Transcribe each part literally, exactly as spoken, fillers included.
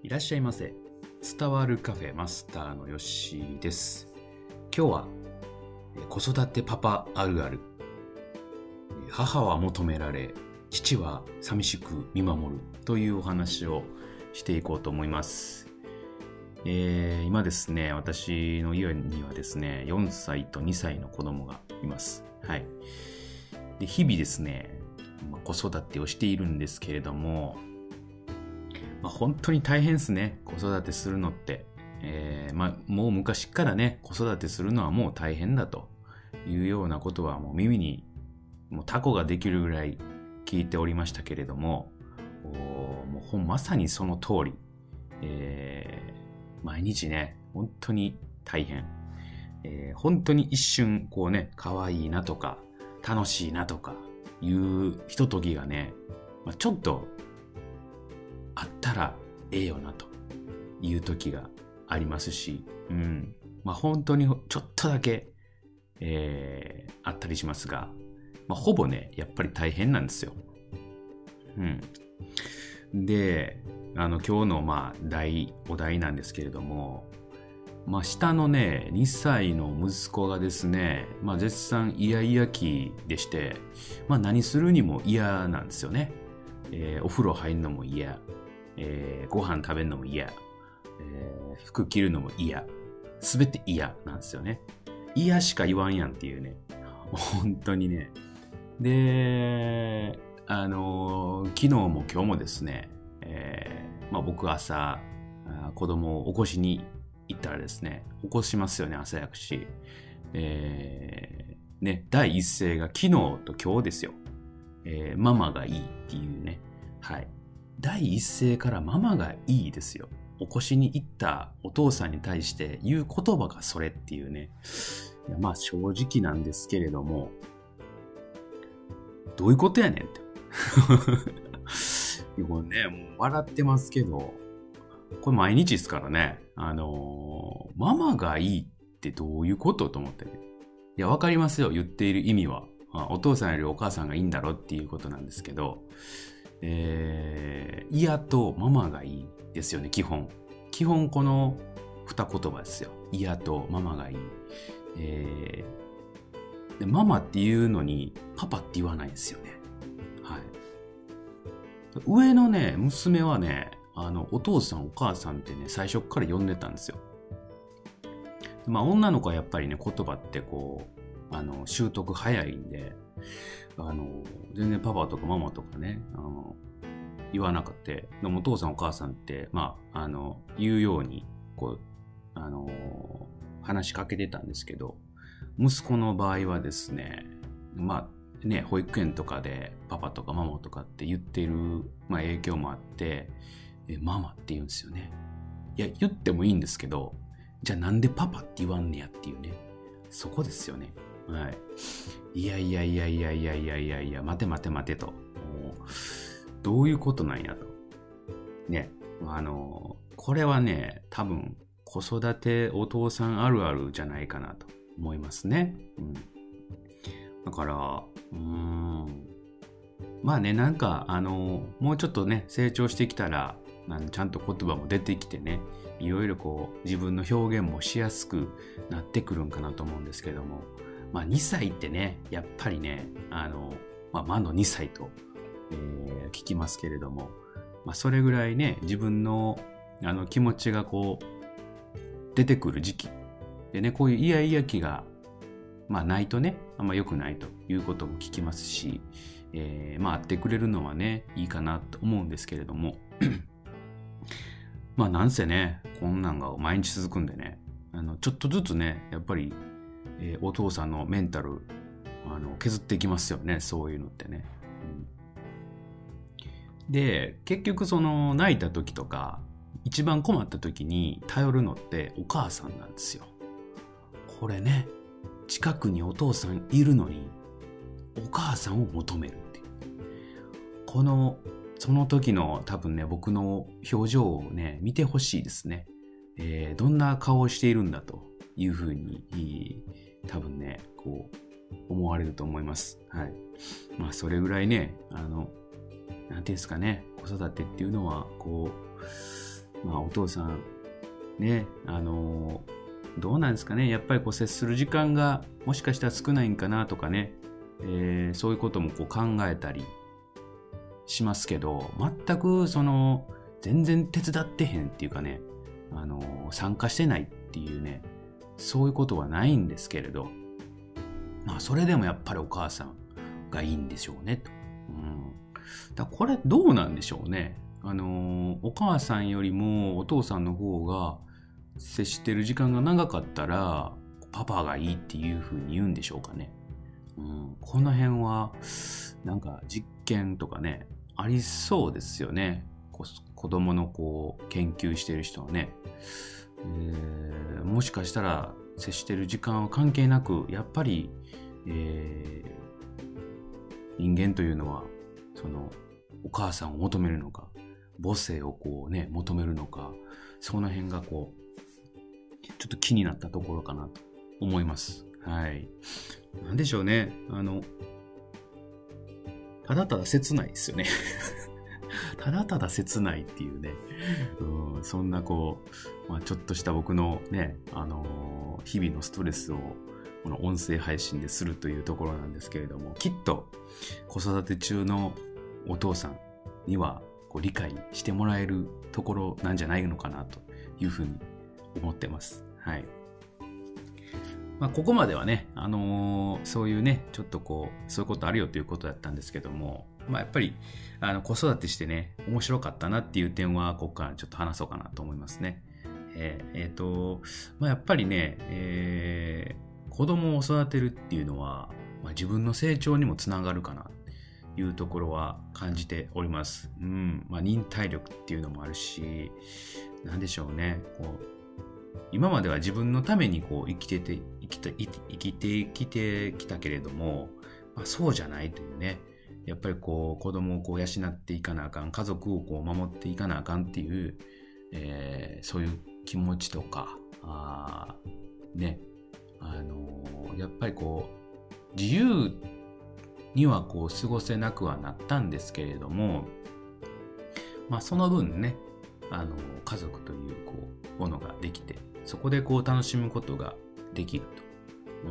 いらっしゃいませ。伝わるカフェマスターのヨッシーです。今日は子育てパパあるある。母は求められ、父は寂しく見守るというお話をしていこうと思います。えー、今ですね、私の家にはですね、よんさいとにさいの子供がいます。はい。で、日々ですね、子育てをしているんですけれども、まあ、本当に大変ですね、子育てするのって。えーまあ、もう昔からね、子育てするのはもう大変だというようなことはもう耳にもうタコができるぐらい聞いておりましたけれども、もうまさにその通り、えー、毎日ね、本当に大変。えー、本当に一瞬こうね、可愛いなとか楽しいなとかいうひとときがね、まあ、ちょっとあったらええよなという時がありますし、うん、まあ本当にちょっとだけ、えー、あったりしますが、まあ、ほぼねやっぱり大変なんですよ。うん。で、あの今日のまあ題お題なんですけれども、まあ下のねにさいの息子がですね、まあ絶賛イヤイヤ期でして、まあ何するにも嫌なんですよね。えー、お風呂入るのも嫌。えー、ご飯食べるのも嫌、えー、服着るのも嫌、すべて嫌なんですよね。嫌しか言わんやんっていうね、本当にね。で、あのー、昨日も今日もですね、えーまあ、僕朝子供を起こしに行ったらですね、起こしますよね、朝やくし、えー、ね、第一声が昨日と今日ですよ、えー、ママがいいっていうね、はい。第一声からママがいいですよ。起こしに行ったお父さんに対して言う言葉がそれっていうね。いやまあ正直なんですけれども、どういうことやねんって。これね、もう笑ってますけど、これ毎日ですからね。あのー、ママがいいってどういうことと思ってね。いや、わかりますよ。言っている意味は。お父さんよりお母さんがいいんだろっていうことなんですけど、えー、嫌とママがいいですよね、基本。基本この二言葉ですよ。嫌とママがいい。えー、でママっていうのにパパって言わないんですよね。はい。上のね、娘はね、あの、お父さんお母さんってね、最初から呼んでたんですよ。まあ女の子はやっぱりね、言葉ってこう、あの、習得早いんで、あの、全然パパとかママとかね、あの、言わなくて、でもお父さんお母さんって、まあ、あの、言うように、こう、あの、話しかけてたんですけど、息子の場合はですね、まあ、ね、保育園とかでパパとかママとかって言ってる、まあ、影響もあって、え、ママって言うんですよね。いや、言ってもいいんですけど、じゃあなんでパパって言わんねやっていうね、そこですよね。はい。いやいやいやいやいやいやいやいや、待て待て待てと。どういうことなんやと。ね。あの、これはね、多分、子育てお父さんあるあるじゃないかなと思いますね。うん。だから、うーん。まあね、なんか、あの、もうちょっとね、成長してきたら、ちゃんと言葉も出てきてね、いろいろこう、自分の表現もしやすくなってくるんかなと思うんですけども、まあにさいってね、やっぱりね、あの、まあ満のにさいと、えー、聞きますけれども、まあそれぐらいね、自分のあの気持ちがこう、出てくる時期。でね、こういうイヤイヤ期が、まあないとね、あんま良くないということも聞きますし、えー、まあ会ってくれるのはね、いいかなと思うんですけれども、まあなんせね、こんなんが毎日続くんでね、あの、ちょっとずつね、やっぱり、えー、お父さんのメンタルあの削っていきますよね、そういうのってね、うん、で結局その泣いた時とか一番困った時に頼るのってお母さんなんですよ。これね、近くにお父さんいるのにお母さんを求めるっていう、このその時の多分ね、僕の表情をね見てほしいですね、えー、どんな顔をしているんだというふうに多分ね、こう思われると思います。はい。まあそれぐらいね、あの、なんていうんですかね、子育てっていうのはこうまあお父さん、ね、あのー、どうなんですかね。やっぱりこう接する時間がもしかしたら少ないんかなとかね、えー、そういうこともこう考えたりしますけど、全くその、全然手伝ってへんっていうかね、あのー、参加してないっていうね、そういうことはないんですけれど、まあそれでもやっぱりお母さんがいいんでしょうねと。うん、だこれどうなんでしょうね。あのー、お母さんよりもお父さんの方が接してる時間が長かったらパパがいいっていう風に言うんでしょうかね。うん、この辺はなんか実験とかねありそうですよね。こ子供のこう研究してる人はね、えー、もしかしたら接してる時間は関係なくやっぱり、えー、人間というのはそのお母さんを求めるのか母性をこうね求めるのか、その辺がこうちょっと気になったところかなと思います。はい。なんでしょうね。あのただただ切ないですよね。ただただ切ないっていうね、うん、そんなこう、まあ、ちょっとした僕のね、あのー、日々のストレスをこの音声配信でするというところなんですけれども、きっと子育て中のお父さんにはこう理解してもらえるところなんじゃないのかなというふうに思ってます。はい。まあ、ここまではね、あのー、そういうね、ちょっとこう、そういうことあるよということだったんですけども、まあ、やっぱり、あの、子育てしてね、面白かったなっていう点は、ここからちょっと話そうかなと思いますね。えー、えーと、まあ、やっぱりね、えー、子供を育てるっていうのは、まあ、自分の成長にもつながるかなというところは感じております。うん、まあ、忍耐力っていうのもあるし、なんでしょうね、こう、今までは自分のためにこう生きてて、生きて、生きてきてきたけれども、まあ、そうじゃないというね。やっぱりこう子供をこう養っていかなあかん、家族をこう守っていかなあかんっていう、えー、そういう気持ちとか、あね、あのー、やっぱりこう自由にはこう過ごせなくはなったんですけれども、まあその分ね、あのー、家族というこうものができて、そこでこう楽しむことができると。うん、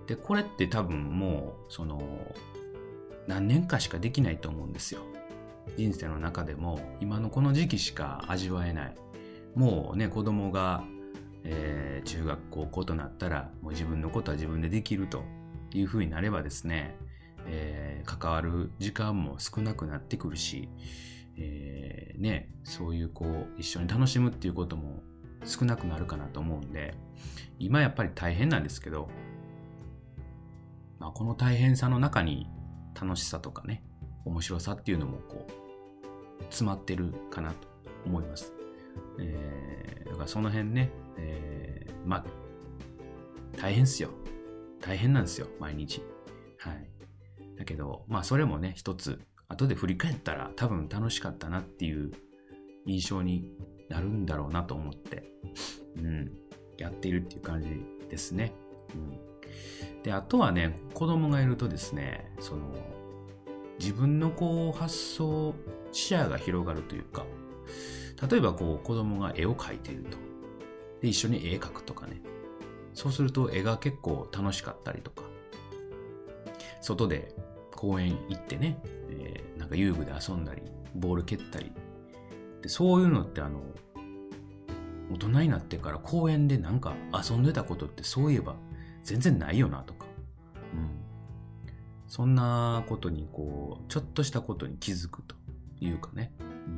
で、これって多分もうその何年かしかできないと思うんですよ。人生の中でも今のこの時期しか味わえない。もうね、子供が、えー、中学高校となったらもう自分のことは自分でできるというふうになればですね、えー、関わる時間も少なくなってくるし、えー、ね、そういうこう一緒に楽しむっていうことも少なくなるかなと思うんで、今やっぱり大変なんですけど、まあ、この大変さの中に楽しさとかね、面白さっていうのもこう詰まってるかなと思います。えー、だからその辺ね、えー、まあ大変っすよ。大変なんですよ、毎日。はい。だけど、まあそれもね、一つ後で振り返ったら多分楽しかったなっていう印象になるんだろうなと思って、うん、やっているっていう感じですね。うん、で、あとはね、子供がいるとですね、その自分のこう発想視野が広がるというか、例えばこう子供が絵を描いていると、で一緒に絵描くとかね、そうすると絵が結構楽しかったりとか、外で公園行ってね、えー、なんか遊具で遊んだり、ボール蹴ったり、でそういうのってあの大人になってから公園でなんか遊んでたことってそういえば全然ないよなとか、うん、そんなことにこうちょっとしたことに気づくというかね、うん、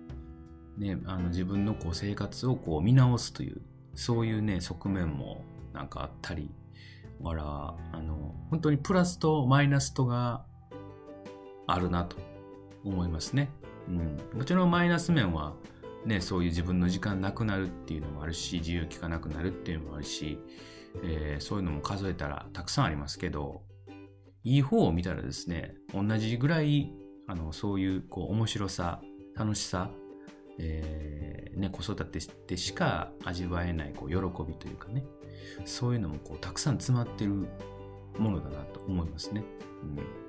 ね、あの自分のこう生活をこう見直すというそういうね側面もなんかあったり、だからあの本当にプラスとマイナスとがあるなと思いますね。うん、もちろんマイナス面はね、そういう自分の時間なくなるっていうのもあるし、自由聞かなくなるっていうのもあるし、えー、そういうのも数えたらたくさんありますけど、いい方を見たらですね、同じぐらいあのそういうこう面白さ、楽しさ、えーね、子育てでしか味わえないこう喜びというかね、そういうのもこうたくさん詰まってるものだなと思いますね。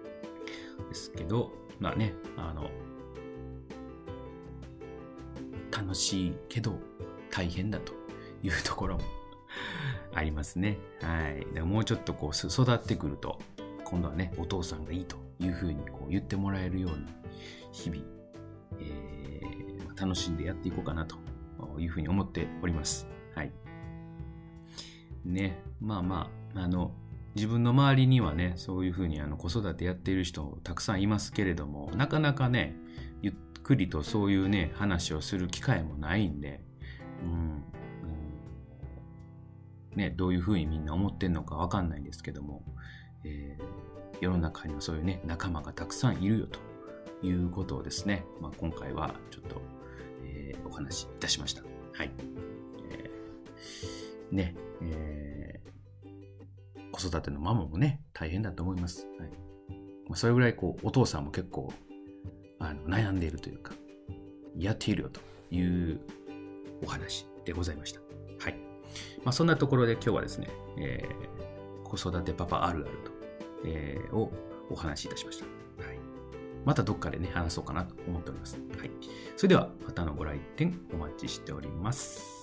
うん、ですけど、まあね、あの楽しいけど大変だというところもありますね。はい。でもうちょっとこう育ってくると、今度はね、お父さんがいいというふうにこう言ってもらえるように、日々、えー、楽しんでやっていこうかなというふうに思っております。はい。ね、まあまあ、あの、自分の周りにはね、そういうふうにあの子育てやっている人たくさんいますけれども、なかなかね、ゆっくりとそういうね、話をする機会もないんで、うんうんね、どういうふうにみんな思ってんのかわかんないんですけども、えー、世の中にはそういうね、仲間がたくさんいるよということをですね、まあ、今回はちょっと、えー、お話しいたしました。はい。えー、ね、えー、子育てのママもね、大変だと思います。はい。まあ、それぐらいこう、お父さんも結構、あの悩んでいるというか、やっているよというお話でございました。はい。まあ、そんなところで今日はですね、えー、子育てパパあるあると、えー、をお話しいたしました。はい。またどっかでね、話そうかなと思っております。はい。それでは、またのご来店お待ちしております。